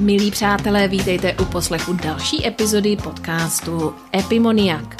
Milí přátelé, vítejte u poslechu další epizody podcastu Epimoniak.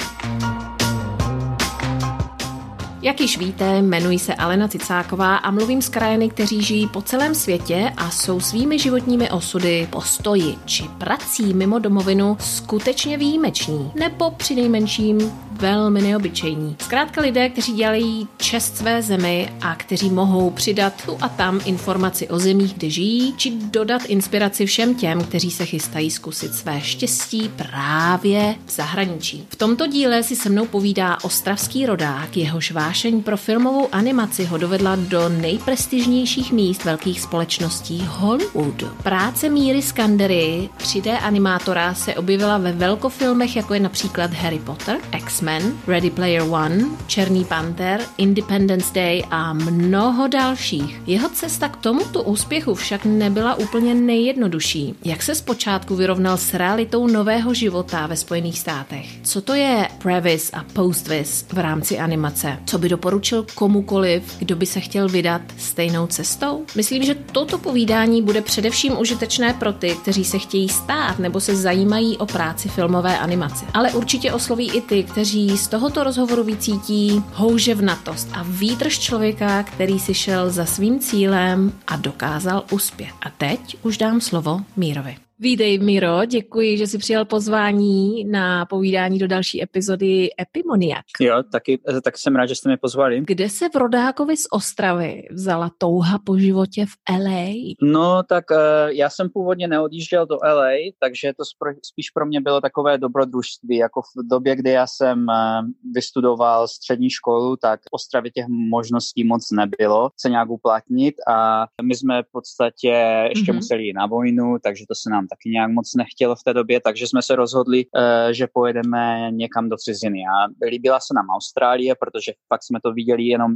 Jak již víte, jmenuji se Alena Cicáková a mluvím s krajany, kteří žijí po celém světě a jsou svými životními osudy, postoji či prací mimo domovinu skutečně výjimeční, nebo přinejmenším velmi neobyčejní. Zkrátka lidé, kteří dělají čest své zemi a kteří mohou přidat tu a tam informaci o zemích, kde žijí, či dodat inspiraci všem těm, kteří se chystají zkusit své štěstí právě v zahraničí. V tomto díle si se mnou povídá ostravský rodák, jehož vášeň pro filmovou animaci ho dovedla do nejprestižnějších míst velkých společností Hollywoodu. Práce Míry Skandery, 3D animátora, se objevila ve velkofilmech, jako je například Harry Potter, X-Men, Ready Player One, Černý panter, Independence Day a mnoho dalších. Jeho cesta k tomuto úspěchu však nebyla úplně nejjednodušší. Jak se zpočátku vyrovnal s realitou nového života ve Spojených státech? Co to je previs a postvis v rámci animace? Co by doporučil komukoliv, kdo by se chtěl vydat stejnou cestou? Myslím, že toto povídání bude především užitečné pro ty, kteří se chtějí stát nebo se zajímají o práci filmové animace. Ale určitě osloví i ty, kteří z tohoto rozhovoru vycítí houževnatost a výdrž člověka, který si šel za svým cílem a dokázal uspět. A teď už dám slovo Mírovi. Vítej, Míro, děkuji, že jsi přijal pozvání na povídání do další epizody Epimoniak. Jo, taky jsem rád, že jste mě pozvali. Kde se v rodákovi z Ostravy vzala touha po životě v LA? No, tak já jsem původně neodjížděl do LA, takže to spíš pro mě bylo takové dobrodružství. Jako v době, kdy já jsem vystudoval střední školu, tak v Ostravě těch možností moc nebylo se nějak uplatnit a my jsme v podstatě ještě museli jít na vojnu, takže to se nám taky nějak moc nechtělo v té době, takže jsme se rozhodli, že pojedeme někam do ciziny. A líbila se nám Austrálie, protože fakt jsme to viděli jenom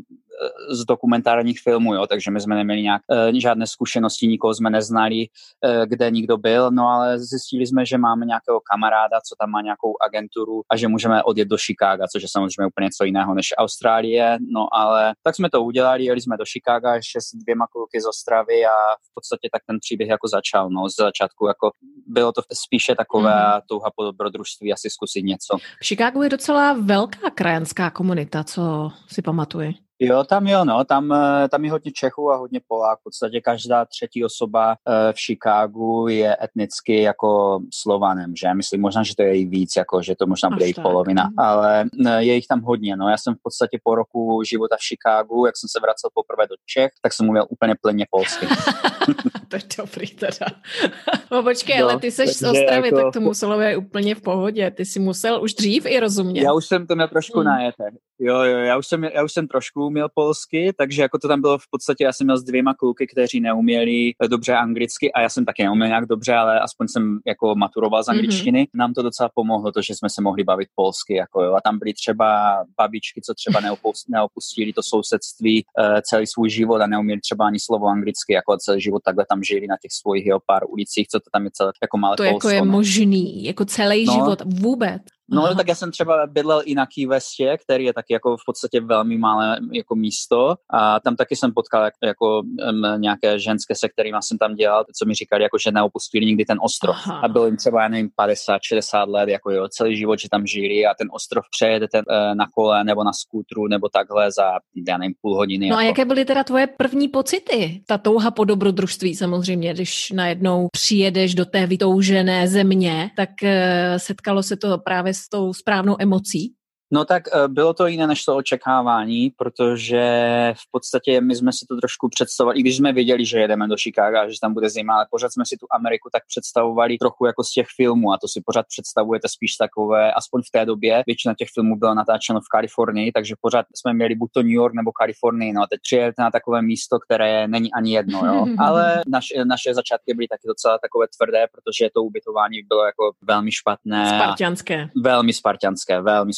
z dokumentárních filmů, jo, takže my jsme neměli žádné zkušenosti, nikoho jsme neznali, kde nikdo byl, no ale zjistili jsme, že máme nějakého kamaráda, co tam má nějakou agenturu a že můžeme odjet do Chicaga, což je samozřejmě úplně něco jiného než Austrálie, no ale tak jsme to udělali, jeli jsme do Chicaga ještě s 2 kluky z Ostravy a v podstatě tak ten příběh jako začal, no z začátku jako bylo to spíše takové touha po dobrodružství, asi zkusit něco. V Chicagu je docela velká krajanská komunita, co si pamatuji. Jo, tam je hodně Čechů a hodně Poláků. V podstatě každá třetí osoba v Chicagu je etnicky jako Slovanem, že? Myslím možná, že to je i víc, jako, že to možná bude i polovina, ale je jich tam hodně. No, já jsem v podstatě po roku života v Chicagu, jak jsem se vracel poprvé do Čech, tak jsem mluvil úplně plně polsky. To je dobrý teda. No počkej, ale ty seš z Ostravy, jako... tak to muselo být úplně v pohodě. Ty si musel už dřív i rozumět. Já už jsem to měl trošku najeté. Jo, já už jsem trošku uměl polsky, takže jako to tam bylo v podstatě, já jsem měl s 2 kluky, kteří neuměli dobře anglicky a já jsem taky neuměl nějak dobře, ale aspoň jsem jako maturoval z angličtiny. Nám to docela pomohlo, to, že jsme se mohli bavit polsky, jako jo. A tam byly třeba babičky, co třeba neopustili to sousedství celý svůj život a neuměli třeba ani slovo anglicky, jako celý život takhle tam žili na těch svojich pár ulicích, co to tam je celé jako malé Polsko. To jako je možný, jako celý život vůbec. No, tak já jsem třeba bydlel i na Key Westě, který je taky jako v podstatě velmi malé jako místo a tam taky jsem potkal jako nějaké ženské, se kterými jsem tam dělal, co mi říkali, jako, že neopustili nikdy ten ostrov. A bylo jim třeba, já nevím, 50-60 let, jako jo, celý život, že tam žili a ten ostrov přejedete na kole nebo na skútru nebo takhle za, já nevím, půl hodiny. No jako. A jaké byly teda tvoje první pocity? Ta touha po dobrodružství samozřejmě, když najednou přijedeš do té vytoužené země, tak setkalo se to právě s tou správnou emocí? No tak bylo to jiné než to očekávání, protože v podstatě my jsme si to trošku představovali, i když jsme věděli, že jedeme do Chicaga, že tam bude zima, ale pořád jsme si tu Ameriku tak představovali trochu jako z těch filmů a to si pořád představujete spíš takové, aspoň v té době, většina těch filmů byla natáčeno v Kalifornii, takže pořád jsme měli buď to New York nebo Kalifornii, no a teď přijedete na takové místo, které není ani jedno, jo. Ale naše začátky byly taky docela takové tvrdé, protože to ubytování bylo jako velmi špatné. Spartianské. Velmi spartianské.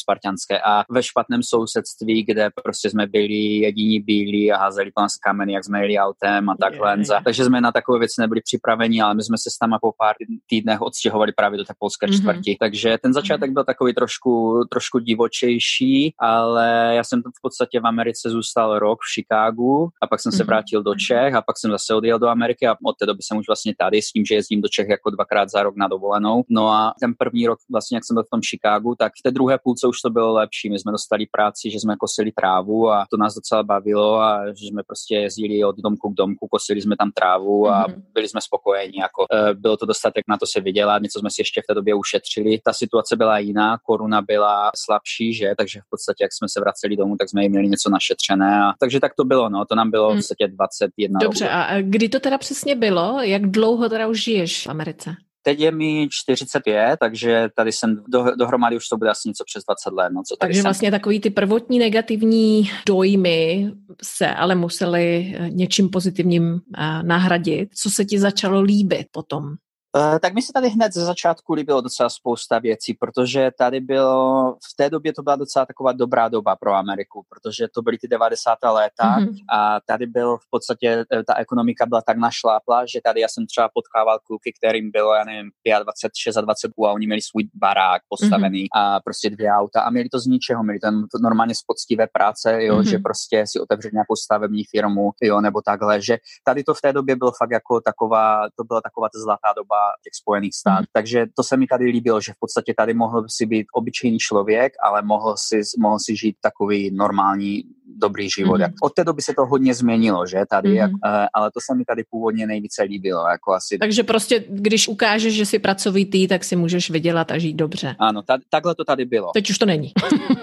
šamanské a ve špatném sousedství, kde prostě jsme byli jediní bílí a házeli po nás kameny, jak jsme jeli autem a takhle. Takže jsme na takové věci nebyli připraveni, ale my jsme se s tam po pár týdnech odstěhovali právě do té polské čtvrti. Takže ten začátek byl takový trošku divočejší, ale já jsem v podstatě v Americe zůstal rok v Chicagu a pak jsem se vrátil do Čech a pak jsem zase odjel do Ameriky a od té doby jsem už vlastně tady s tím, že jezdím do Čech jako 2krát za rok na dovolenou. No a ten první rok vlastně, jak jsem byl v tom Chicagu, tak v té druhé půlce už to bylo lepší. My jsme dostali práci, že jsme kosili trávu a to nás docela bavilo a že jsme prostě jezdili od domku k domku, kosili jsme tam trávu a byli jsme spokojeni. Jako, bylo to dostatek na to se vydělat, něco jsme si ještě v té době ušetřili. Ta situace byla jiná, koruna byla slabší, že? Takže v podstatě, jak jsme se vraceli domů, tak jsme měli něco našetřené. Takže tak to bylo, no. To nám bylo v podstatě 21 Dobře, roku. a kdy to teda přesně bylo? Jak dlouho teda už žiješ v Americe? Teď je mi 45, takže tady jsem dohromady už to bude asi něco přes 20 let. No, co tady takže jsem. vlastně takový ty prvotní negativní dojmy se ale museli něčím pozitivním nahradit. Co se ti začalo líbit potom? Tak mi se tady hned ze začátku líbilo docela spousta věcí, protože tady bylo, v té době to byla docela taková dobrá doba pro Ameriku, protože to byly ty 90. léta a tady byl v podstatě, ta ekonomika byla tak našlápla, že tady já jsem třeba potkával kluky, kterým bylo, já nevím, 25, 26 a oni měli svůj barák postavený a prostě 2 auta a měli to z ničeho, měli tam normálně z poctivé práce, jo, že prostě si otevřeli nějakou stavební firmu, jo, nebo takhle, že tady to v té době bylo fakt jako to byla taková ta zlatá doba těch Spojených států. Takže to se mi tady líbilo, že v podstatě tady mohl si být obyčejný člověk, ale mohl si žít takový normální, dobrý život. Od té doby se to hodně změnilo, že tady, ale to se mi tady původně nejvíce líbilo. Jako asi. Takže prostě, když ukážeš, že jsi pracovitý, tak si můžeš vydělat a žít dobře. Ano, takhle to tady bylo. Teď už to není.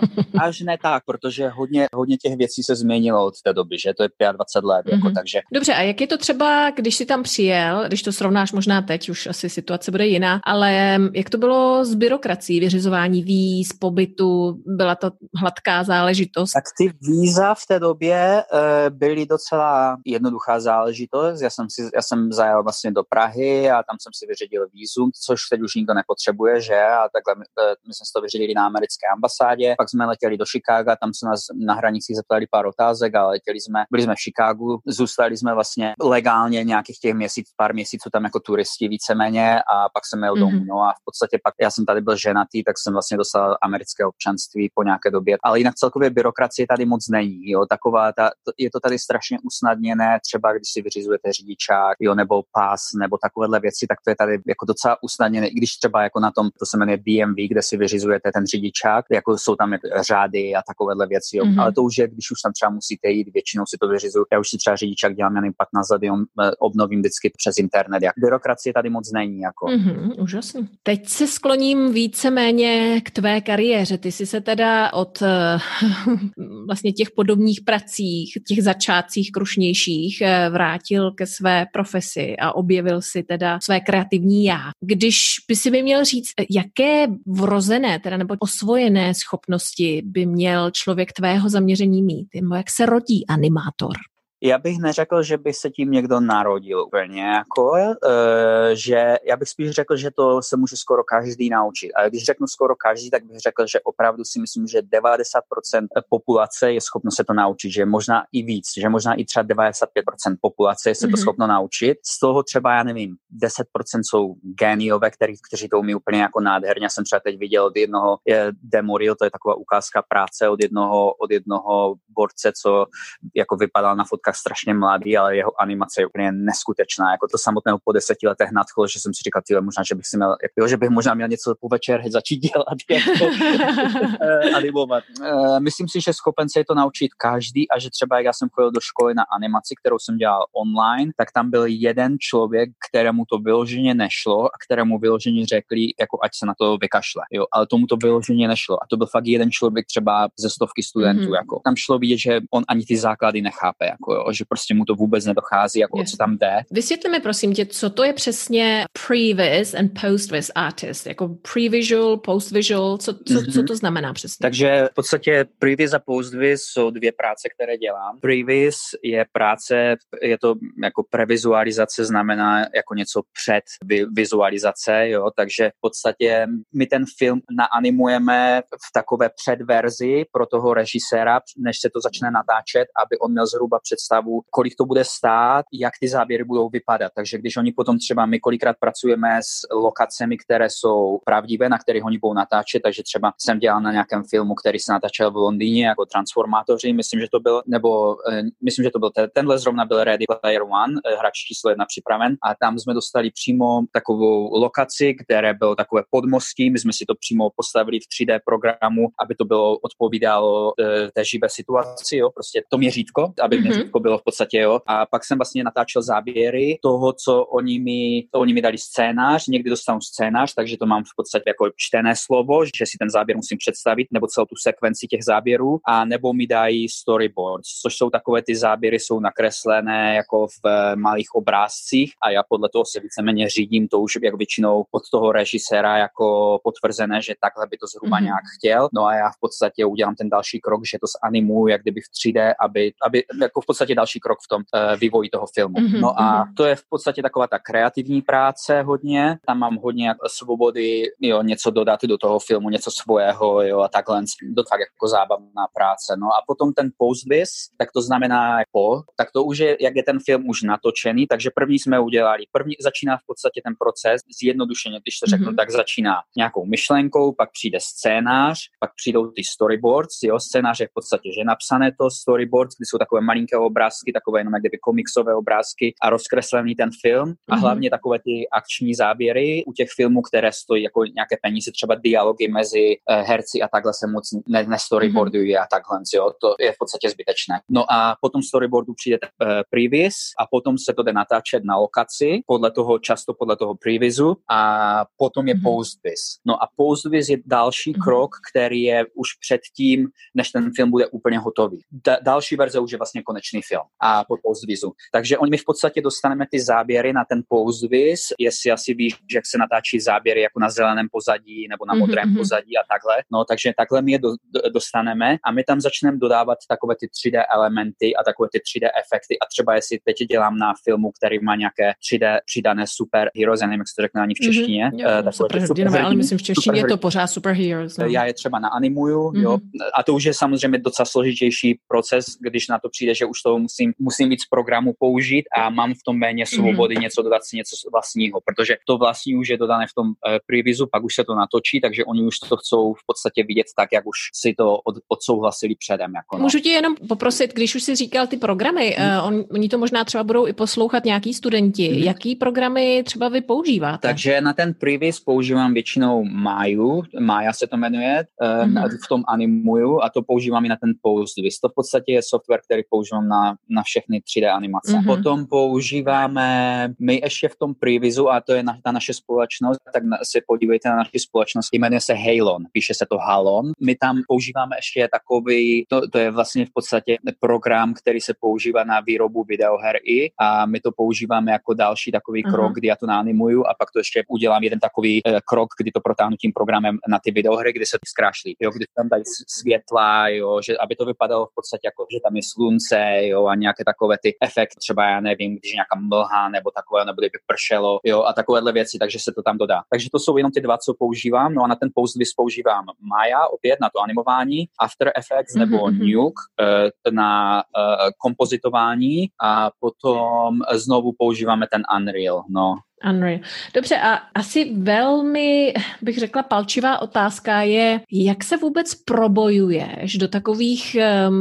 Až ne tak, protože hodně těch věcí se změnilo od té doby, že to je 25 let. Jako, takže. Dobře, a jak je to třeba, když jsi tam přijel, když to srovnáš možná teď, už asi situace bude jiná, ale jak to bylo s byrokracií, vyřizování víz, pobytu, byla to hladká záležitost? Tak ty víza v té době byly docela jednoduchá záležitost. Já jsem zajel vlastně do Prahy a tam jsem si vyřídil vízum, což teď už nikdo nepotřebuje, že? A takhle my jsme si to vyřídili na americké ambasádě, pak jsme letěli do Chicaga, tam se nás na hranicích zeptali pár otázek a byli jsme v Chicagu, zůstali jsme vlastně legálně nějakých těch pár měsíců tam jako turisti víceméně a pak jsem jel domů. No a v podstatě pak já jsem tady byl ženatý, tak jsem vlastně dostal americké občanství po nějaké době. Ale jinak celkově byrokracie tady moc není. Jo, je to tady strašně usnadněné, třeba když si vyřizujete řidičák, jo, nebo pas, nebo takovéhle věci, tak to je tady jako docela usnadněné. I když třeba jako na tom, to se jmenuje DMV, kde si vyřizujete ten řidičák, jako jsou tam řády a takovéhle věci, jo. Ale to už je, když už tam třeba musíte jít, většinou si to vyřizuju. Já už si třeba řidičák dělám, já nevím, 15 let, obnovím vždycky přes internet. Jak byrokracie tady moc není. Jako. Úžasný. Teď se skloním víceméně k tvé kariéře. Ty jsi se teda od vlastně těch podobných pracích, těch začátcích krušnějších vrátil ke své profesi a objevil si teda své kreativní já. Když by si mi měl říct, jaké vrozené teda nebo osvojené schopnosti by měl člověk tvého zaměření mít, nebo jak se rodí animátor? Já bych neřekl, že by se tím někdo narodil úplně, jako, že já bych spíš řekl, že to se může skoro každý naučit. A když řeknu skoro každý, tak bych řekl, že opravdu si myslím, že 90% populace je schopno se to naučit, že možná i víc, že možná i třeba 95% populace se to schopno naučit. Z toho třeba, já nevím, 10% jsou géniové, kteří to umí úplně jako nádherně. Já jsem třeba teď viděl od jednoho Demoril, to je taková ukázka práce od jednoho borce, co jako vypadal na fotkách strašně mladý, ale jeho animace je úplně neskutečná. Jako to samotného po 10 letech nadchlo, že jsem si říkal, možná, že bych možná měl něco po večer začít dělat, jako animovat. Myslím si, že schopen se je to naučit každý a že třeba jak já jsem chodil do školy na animaci, kterou jsem dělal online, tak tam byl jeden člověk, kterému to vyloženě nešlo a kterému vyloženě řekli, jako ať se na to vykašle. Jo, ale tomu to vyloženě nešlo. A to byl fakt jeden člověk třeba ze 100 studentů. Jako. Tam šlo vidět, že on ani ty základy nechápe. Jako, že prostě mu to vůbec nedochází, jako o co tam jde. Vysvětli mi prosím tě, co to je přesně previs and postvis artist, jako pre-visual, post-visual, co to znamená přesně? Takže v podstatě previs a postvis jsou dvě práce, které dělám. Previs je práce, je to jako previzualizace, znamená jako něco před vizualizace, jo, takže v podstatě my ten film naanimujeme v takové předverzi pro toho režiséra, než se to začne natáčet, aby on měl zhruba představu, kolik to bude stát, jak ty záběry budou vypadat. Takže když oni potom třeba my kolikrát pracujeme s lokacemi, které jsou pravdivé, na kterých oni budou natáčet, takže třeba jsem dělal na nějakém filmu, který se natáčel v Londýně jako Transformátoři, myslím, že to byl, nebo myslím, že to byl tenhle zrovna byl Ready Player One, hráč číslo 1 připraven, a tam jsme dostali přímo takovou lokaci, které bylo takové podmostí, my jsme si to přímo postavili v 3D programu, aby to bylo odpovídalo té živé situaci, jo, prostě to měřítko, aby měřítko bylo v podstatě, jo, a pak jsem vlastně natáčel záběry toho, co oni mi dali scénář, někdy dostanu scénář, takže to mám v podstatě jako čtené slovo, že si ten záběr musím představit, nebo celou tu sekvenci těch záběrů, a nebo mi dají storyboards, což jsou takové ty záběry, jsou nakreslené jako v malých obrázcích a já podle toho se víceméně řídím, to už jak většinou od toho režiséra jako potvrzené, že takhle by to zhruba nějak chtěl. No a já v podstatě udělám ten další krok, že to zanimuju jak kdyby v 3D, aby jako v podstatě další krok v tom vývoji toho filmu. No a to je v podstatě taková ta kreativní práce hodně, tam mám hodně svobody, jo, něco dodat do toho filmu, něco svého, jo, a takhle, tak jako zábavná práce. No a potom ten postvis, tak to znamená tak to už je, jak je ten film už natočený, takže první začíná v podstatě ten proces, zjednodušeně, když to řeknu, tak začíná nějakou myšlenkou, pak přijde scénář, pak přijdou ty storyboards, jo, scénář je v podstatě, že napsané to storyboards, kdy jsou takové malinké obrázky, takové jenom jak kdyby komiksové obrázky a rozkreslený ten film a hlavně takové ty akční záběry u těch filmů, které stojí jako nějaké peníze, třeba dialogy mezi herci a takhle se moc nestoryboardují a takhle, jo, to je v podstatě zbytečné. No a potom storyboardu přijde previs a potom se to jde natáčet na lokaci, často podle toho previsu a potom je postvis. No a postvis je další krok, který je už předtím, než ten film bude úplně hotový. Další verze už je vlastně konečný film a po postvisu. Takže my v podstatě dostaneme ty záběry na ten postvis, jestli asi víš, jak se natáčí záběry jako na zeleném pozadí nebo na modrém pozadí a takhle. No takže takhle my je dostaneme a my tam začneme dodávat takové ty 3D elementy a takové ty 3D efekty a třeba jestli teď dělám na filmu, který má nějaké 3D přidané super heroes, já nevím, jak se to řekne ani v češtině. Superhrdinové, ale myslím v češtině je to pořád super heroes. No. Já je třeba naanimuju, jo, a to už je samozřejmě docela složitější proces, když na to přijde, že už to musím víc programu použít a mám v tom méně svobody něco dodat si něco vlastního, protože to vlastní už je dodané v tom previsu, pak už se to natočí, takže oni už to chcou v podstatě vidět tak, jak už si to odsouhlasili předem. Jako no. Můžu tě jenom poprosit, když už jsi říkal ty programy, oni to možná třeba budou i poslouchat nějaký studenti. Jaký programy třeba vy používáte? Takže na ten previs používám většinou Maya se to jmenuje, v tom animuju a to používám i na ten postvis. To v podstatě je software, který používám na všechny 3D animace. Potom používáme, my ještě v tom previsu, a to je ta naše společnost, tak se podívejte na naši společnost, jmenuje se Halon, píše se to Halon. My tam používáme ještě takový, to je vlastně v podstatě program, který se používá na výrobu videoher a my to používáme jako další takový krok, kdy já to naanimuju a pak to ještě udělám jeden takový krok, kdy to protáhnu tím programem na ty videohry, kdy se to zkrášlí, jo, kdy tam dají světla, jo, že aby to vypadalo v podstatě jako, že tam je slunce, jo, a nějaké takové ty efekty, třeba já nevím, když nějaká mlha nebo takové, nebo kdyby pršelo, jo, a takovéhle věci, takže se to tam dodá. Takže to jsou jenom ty dva, co používám, no a na ten postvis používám Maya, opět na to animování, After Effects nebo Nuke na kompozitování a potom znovu používáme ten Unreal, no. Unreal. Dobře, a asi velmi, bych řekla, palčivá otázka je, jak se vůbec probojuješ do takových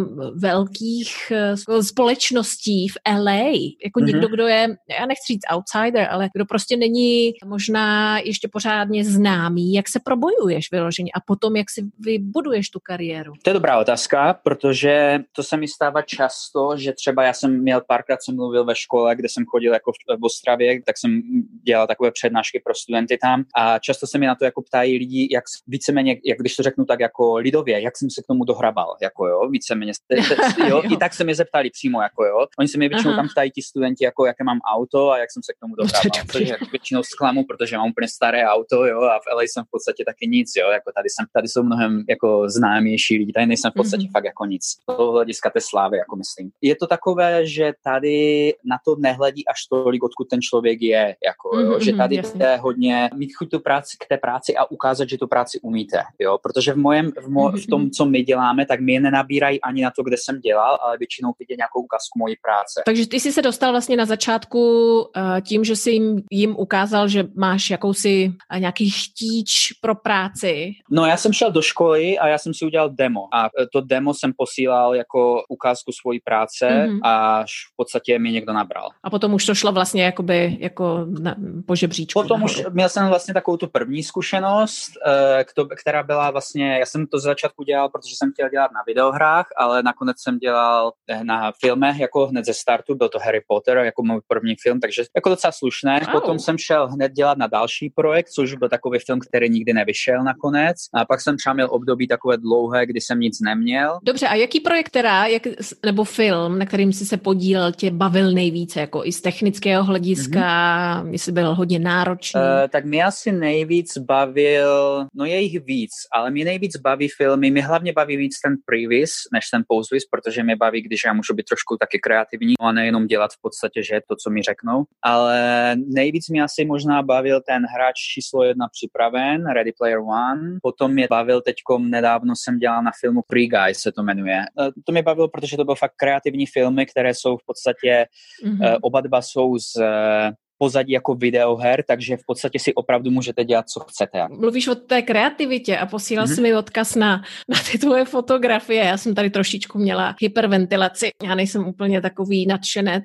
velkých společností v LA? Jako někdo, kdo je, já nechci říct outsider, ale kdo prostě není možná ještě pořádně známý. Jak se probojuješ vyloženě a potom, jak si vybuduješ tu kariéru? To je dobrá otázka, protože to se mi stává často, že třeba já jsem měl párkrát, jsem mluvil ve škole, kde jsem chodil jako v Ostravě, tak jsem dělal takové přednášky pro studenty tam a často se mi na to jako ptají lidi, jak víceméně, jak když to řeknu tak jako lidově, jak jsem se k tomu dohrabal, jako jo, víceméně, jo, i tak se mě zeptali přímo, jako jo. Oni se mi většinou tam ptají ti studenti, jako jaké mám auto a jak jsem se k tomu dohrabal. Což je většinou zklamu, protože mám úplně staré auto, jo, a v LA jsem v podstatě taky nic, jo, jako tady jsou mnohem jako známější lidi, tady nejsem v podstatě fakt jako nic. Z toho hlediska té slávy, jako myslím. Je to takové, že tady na to nehledí až tolik, odkud ten člověk je, jako, jo, že tady je hodně mít chuť tu práci k té práci a ukázat, že tu práci umíte, jo, protože v tom, co my děláme, tak my je nenabírají ani na to, kde jsem dělal, ale většinou vidět nějakou ukázku mojí práce. Takže ty jsi se dostal vlastně na začátku tím, že jsi jim ukázal, že máš jakousi nějaký chtíč pro práci. No, já jsem šel do školy a já jsem si udělal demo a to demo jsem posílal jako ukázku svojí práce, až v podstatě mi někdo nabral. A potom už to šlo vlastně jakoby jako po žebříčku. Potom už měl jsem vlastně takovou tu první zkušenost, která byla vlastně, já jsem to z začátku dělal, protože jsem chtěl dělat na videohrách, ale nakonec jsem dělal na filmech jako hned ze startu, byl to Harry Potter jako můj první film, takže jako docela slušné. Wow. Potom jsem šel hned dělat na další projekt, což byl takový film, který nikdy nevyšel nakonec. A pak jsem třeba měl období takové dlouhé, kdy jsem nic neměl. Dobře, a jaký projekt nebo film, na kterým jsi se podílel, tě bavil nejvíce, jako i z technického hlediska, jestli byl hodně náročný? Tak mě asi nejvíc bavil, no je jich víc, ale mě nejvíc baví filmy, mě hlavně baví víc ten previs, než ten postvis, protože mě baví, když já můžu být trošku taky kreativní a nejenom dělat v podstatě, že to, co mi řeknou. Ale nejvíc mě asi možná bavil ten hráč číslo 1 připraven, Ready Player One. Potom mě bavil teďkom, nedávno jsem dělal na filmu Free Guy, se to jmenuje. To mě bavilo, protože to byl fakt kreativní filmy, které jsou v podstatě, oba dva jsou z pozadí jako videoher, takže v podstatě si opravdu můžete dělat, co chcete. Mluvíš o té kreativitě a posílal jsi mi odkaz na ty tvoje fotografie. Já jsem tady trošičku měla hyperventilaci. Já nejsem úplně takový nadšenec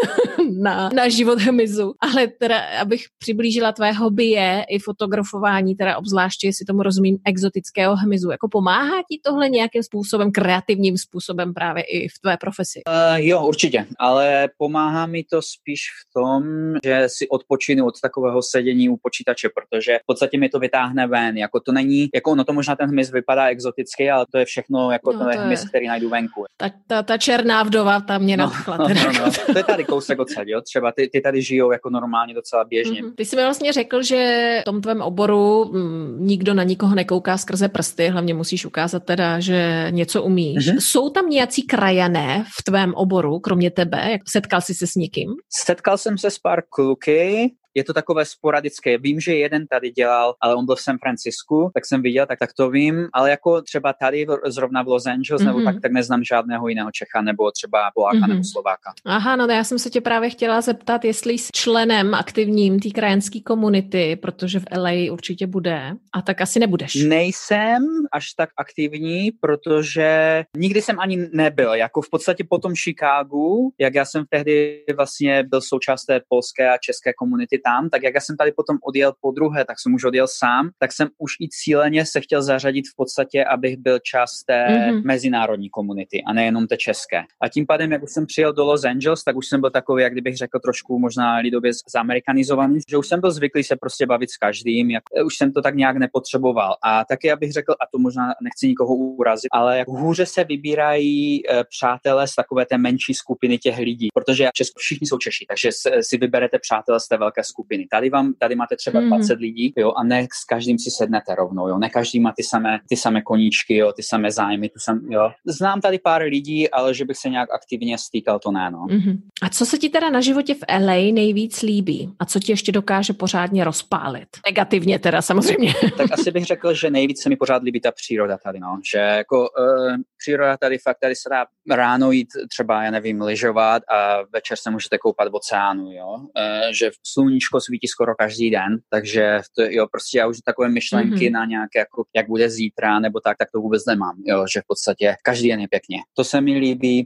na život hmyzu, ale teda, abych přiblížila tvé hobby je i fotografování, teda obzvláště, jestli tomu rozumím, exotického hmyzu. Jako pomáhá ti tohle nějakým způsobem, kreativním způsobem právě i v tvé profesi? Jo, určitě, ale pomáhá mi to spíš v tom, že si odpočinu od takového sedění u počítače, protože v podstatě mi to vytáhne ven. Jako to není, jako ono to možná ten hmyz vypadá exoticky, ale to je všechno jako ten hmyz, který najdu venku. Ta černá vdova tam mě nadchla. To je tady kousek odsaď, jo? Třeba ty tady žijou jako normálně docela běžně. Ty jsi mi vlastně řekl, že v tom tvém oboru nikdo na nikoho nekouká skrze prsty, hlavně musíš ukázat teda, že něco umíš. Jsou tam nějací krajané v tvém oboru, kromě tebe? Setkal jsi se s někým? Setkal jsem se s pár kluky. Je to takové sporadické. Vím, že jeden tady dělal, ale on byl v San Francisku, tak jsem viděl, tak to vím. Ale jako třeba tady zrovna v Los Angeles, nebo tak neznám žádného jiného Čecha, nebo třeba Poláka nebo Slováka. Aha, no já jsem se tě právě chtěla zeptat, jestli jsi členem aktivním té krajanské komunity, protože v LA určitě bude, a tak asi nebudeš. Nejsem až tak aktivní, protože nikdy jsem ani nebyl. Jako v podstatě po tom Chicagu, jak já jsem tehdy vlastně byl součást té polské a české komunity tam, tak jak já jsem tady potom odjel podruhé, tak jsem už odjel sám, tak jsem už i cíleně se chtěl zařadit v podstatě, abych byl část té mezinárodní komunity a nejenom té české. A tím pádem, jak už jsem přijel do Los Angeles, tak už jsem byl takový, jak kdybych řekl trošku možná lidově zamerikalizovaný, že už jsem byl zvyklý se prostě bavit s každým, už jsem to tak nějak nepotřeboval. A taky, abych řekl, a to možná nechci nikoho urazit, ale jak hůře se vybírají přátelé z takové té menší skupiny těch lidí, protože všichni jsou Češi, takže si vyberete přátelé z té velké skupiny. Tady máte třeba 20 lidí, jo, a ne s každým si sednete rovnou, jo. Ne každý má ty samé koníčky, jo, ty samé zájmy, jo. Znám tady pár lidí, ale že bych se nějak aktivně stýkal, to ne, no. A co se ti teda na životě v LA nejvíc líbí? A co ti ještě dokáže pořádně rozpálit? Negativně teda samozřejmě. Tak asi bych řekl, že nejvíc se mi pořád líbí ta příroda tady, no. Že jako příroda tady se dá ráno jít třeba, já nevím, lyžovat a večer se můžete koupat v oceánu, jo. Že sluníčko svítí skoro každý den, takže to, jo, prostě já už takové myšlenky na nějaké, jako, jak bude zítra, nebo tak to vůbec nemám, jo, že v podstatě každý den je pěkně. To se mi líbí.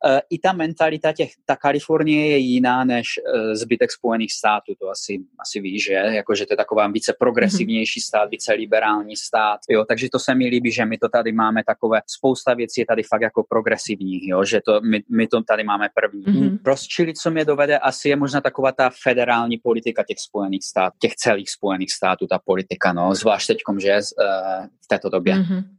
I ta mentalita ta Kalifornie je jiná než zbytek Spojených států, to asi víš, že? Jakože to je taková více progresivnější stát, více liberální stát, jo, takže to se mi líbí, že my to tady máme takové, spousta věcí je tady fakt jako progresivních, jo, že to, my to tady máme první. Rozčilit, co mě dovede, asi je možná taková ta federální politika těch Spojených států, těch celých Spojených států, ta politika, no, zvlášť teďkom, že v této době.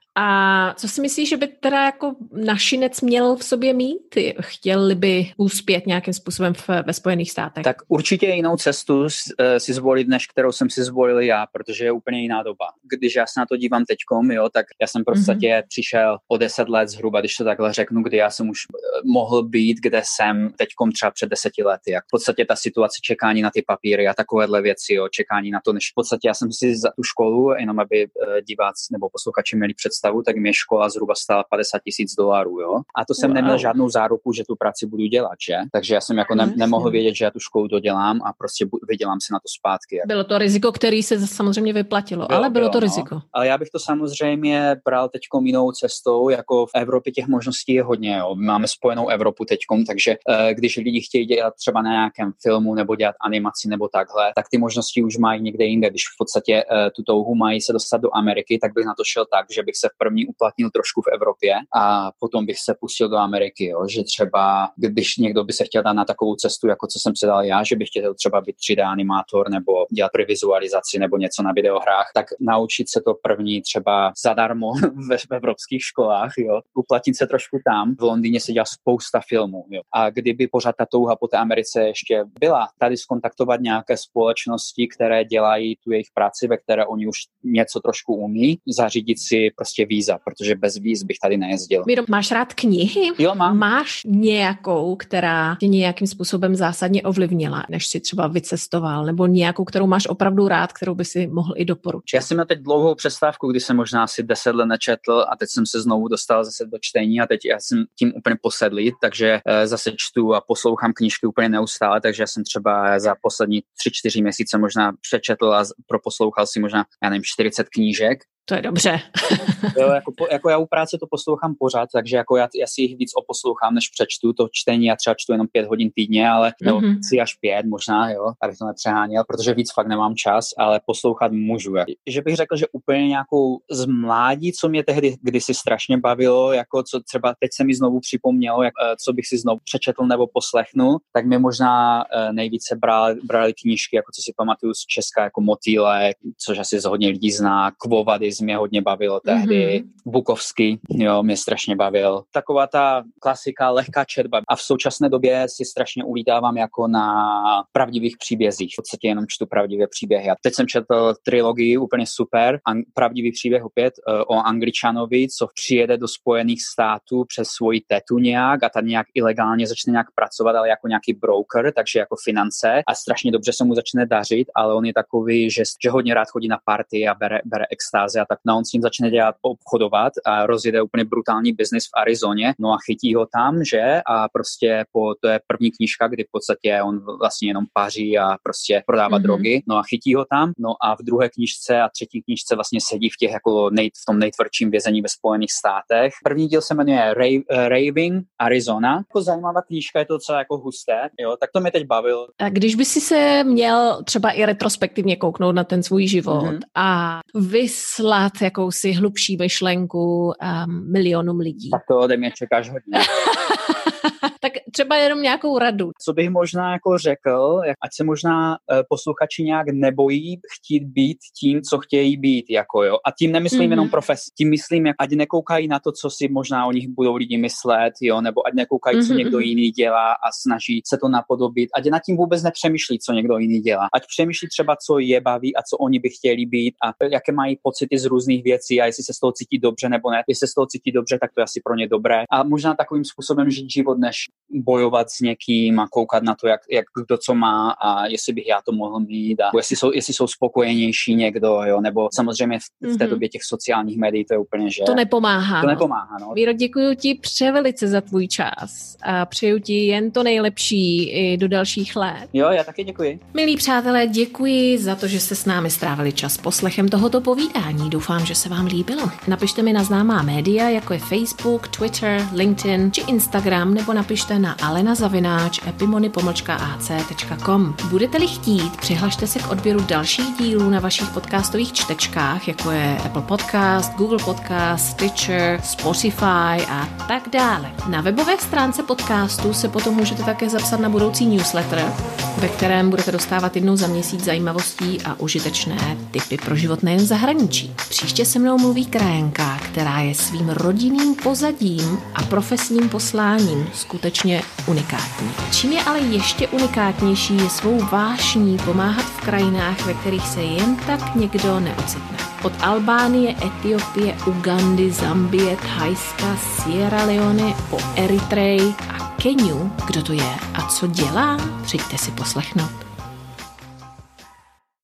A co si myslíš, že by teda jako našinec měl v sobě mít? Chtěl by uspět nějakým způsobem ve Spojených státech? Tak určitě jinou cestu si zvolit, než kterou jsem si zvolil já, protože je úplně jiná doba. Když já se na to dívám teďkom, jo, tak já jsem v podstatě přišel o 10 let zhruba, když to takhle řeknu, kdy já jsem už mohl být, kde jsem teďkom třeba před 10 lety. Jak v podstatě ta situace čekání na ty papíry a takovéhle věci, jo, čekání na to, než v podstatě já jsem si za tu školu, jenom aby diváci nebo posluchači měli představu, tak mě škola zhruba stála $50,000, jo. A to jsem neměl žádnou záruku, že tu práci budu dělat, že? Takže já jsem jako nemohl vědět, že já tu školu dodělám a prostě vydělám si na to zpátky. Jako. Bylo to riziko, který se samozřejmě vyplatilo, ale bylo to riziko. Ale já bych to samozřejmě bral teďkom jinou cestou, jako v Evropě těch možností je hodně, jo. Máme spojenou Evropu teďkom, takže když lidi chtějí dělat třeba na nějakém filmu nebo dělat animaci nebo takhle, tak ty možnosti už mají někde jinde. Když v podstatě tu touhu mají se dostat do Ameriky, tak bych na to šel tak, že bych se první uplatnil trošku v Evropě a potom bych se pustil do Ameriky, jo. Že třeba, když někdo by se chtěl dát na takovou cestu, jako co jsem si dal já, že bych chtěl třeba být 3D animátor nebo dělat vizualizaci nebo něco na videohrách, tak naučit se to první třeba zadarmo v evropských školách, jo. Uplatnit se trošku tam. V Londýně se dělá spousta filmů, jo. A kdyby pořád ta touha po té Americe ještě byla, tady skontaktovat nějaké společnosti, které dělají tu jejich práci, ve které oni už něco trošku umí, zařídit si prostě víza, protože bez víz bych tady nejezdil. Míro, máš rád knihy? Jo, mám. Máš nějakou, která tě nějakým způsobem zásadně ovlivnila, než si třeba vycestoval, nebo nějakou, kterou máš opravdu rád, kterou by si mohl i doporučit? Já jsem měl teď dlouhou přestávku, kdy jsem možná asi 10 let nečetl a teď jsem se znovu dostal zase do čtení a teď já jsem tím úplně posedlý, takže zase čtu a poslouchám knížky úplně neustále, takže já jsem třeba za poslední 3-4 měsíce možná přečetl a proposlouchal si možná, já nevím, 40 knížek. To je dobře. Jo, jako já u práce to poslouchám pořád, takže jako já si jich víc oposlouchám, než přečtu. To čtení já třeba čtu jenom 5 hodin týdně, ale nebo 3 až 5 možná, jo, abych to nepřeháněl, protože víc fakt nemám čas, ale poslouchat můžu. Že bych řekl, že úplně nějakou z mládí, co mě tehdy kdysi strašně bavilo, jako co třeba teď se mi znovu připomnělo, co bych si znovu přečetl nebo poslechnul, tak mě možná nejvíce brali knížky, jako co si pamatuju z Česka, jako Motýle, což asi z hodně lidí zná, Quo Vadis mě hodně bavilo tehdy, Bukovský, jo, mě strašně bavil. Taková ta klasika, lehká četba. A v současné době si strašně ulítávám jako na pravdivých příbězích. V podstatě jenom čtu pravdivé příběhy. A teď jsem četl trilogii, úplně super, pravdivý příběh opět o Angličanovi, co přijede do Spojených států přes svoji tetu nějak a tady nějak ilegálně začne nějak pracovat, ale jako nějaký broker, takže jako finance a strašně dobře se mu začne dařit, ale on je takový, že hodně rád chodí na party a bere extáze a tak. No, on s ním začne dělat obchodovat a rozjede úplně brutální biznis v Arizoně, no a chytí ho tam, že? A prostě to je první knížka, kdy v podstatě on vlastně jenom paří a prostě prodává drogy, no a chytí ho tam, no a v druhé knížce a třetí knížce vlastně sedí v těch jako v tom nejtvrdším vězení ve Spojených státech. První díl se jmenuje Raving Arizona. Jako zajímavá knížka, je to docela jako husté, jo, tak to mě teď bavilo. A když by si se měl třeba i retrospektivně kouknout na ten svůj život a vyslat jakousi hlubší myšlenku milionům lidí. Tak to ode mě čekáš hodně. Tak třeba jenom nějakou radu. Co bych možná jako řekl, ať se možná posluchači nějak nebojí chtít být tím, co chtějí být, jako jo. A tím nemyslím jenom profesi. Tím myslím, ať nekoukají na to, co si možná o nich budou lidi myslet, jo, nebo ať nekoukají, co někdo jiný dělá a snaží se to napodobit. Ať nad tím vůbec nepřemýšlí, co někdo jiný dělá. Ať přemýšlí třeba, co je baví a co oni by chtěli být a jaké mají pocity z různých věcí a jestli se z toho cítí dobře nebo ne. Jestli se z toho cítí dobře, tak to je asi pro ně dobré. A možná takovým způsobem žít život, než bojovat s někým a koukat na to, jak kdo co má a jestli bych já to mohl mít a jestli jsou spokojenější někdo, jo, nebo samozřejmě v té době těch sociálních médií to je úplně, že... To nepomáhá. To nepomáhá, no. Víro, děkuji ti převelice za tvůj čas a přeju ti jen to nejlepší i do dalších let. Jo, já taky děkuji. Milí přátelé, děkuji za to, že jste s námi strávili čas poslechem tohoto povídání. Doufám, že se vám líbilo. Napište mi na známá média, jako je Facebook, Twitter, LinkedIn či Instagram, nebo napište na alena@epimony-ac.com. Budete-li chtít, přihlašte se k odběru dalších dílů na vašich podcastových čtečkách, jako je Apple Podcast, Google Podcast, Stitcher, Spotify a tak dále. Na webové stránce podcastu se potom můžete také zapsat na budoucí newsletter, ve kterém budete dostávat jednou za měsíc zajímavostí a užitečné tipy pro život nejen v zahraničí. Příště se mnou mluví krajanka, která je svým rodinným pozadím a profesním posláním skutečně unikátní. Čím je ale ještě unikátnější, je svou vášní pomáhat v krajinách, ve kterých se jen tak někdo neocitne. Od Albánie, Etiopie, Ugandy, Zambie, Thajska, Sierra Leone po Eritreji a Keniu. Kdo to je a co dělá? Přijďte si poslechnout.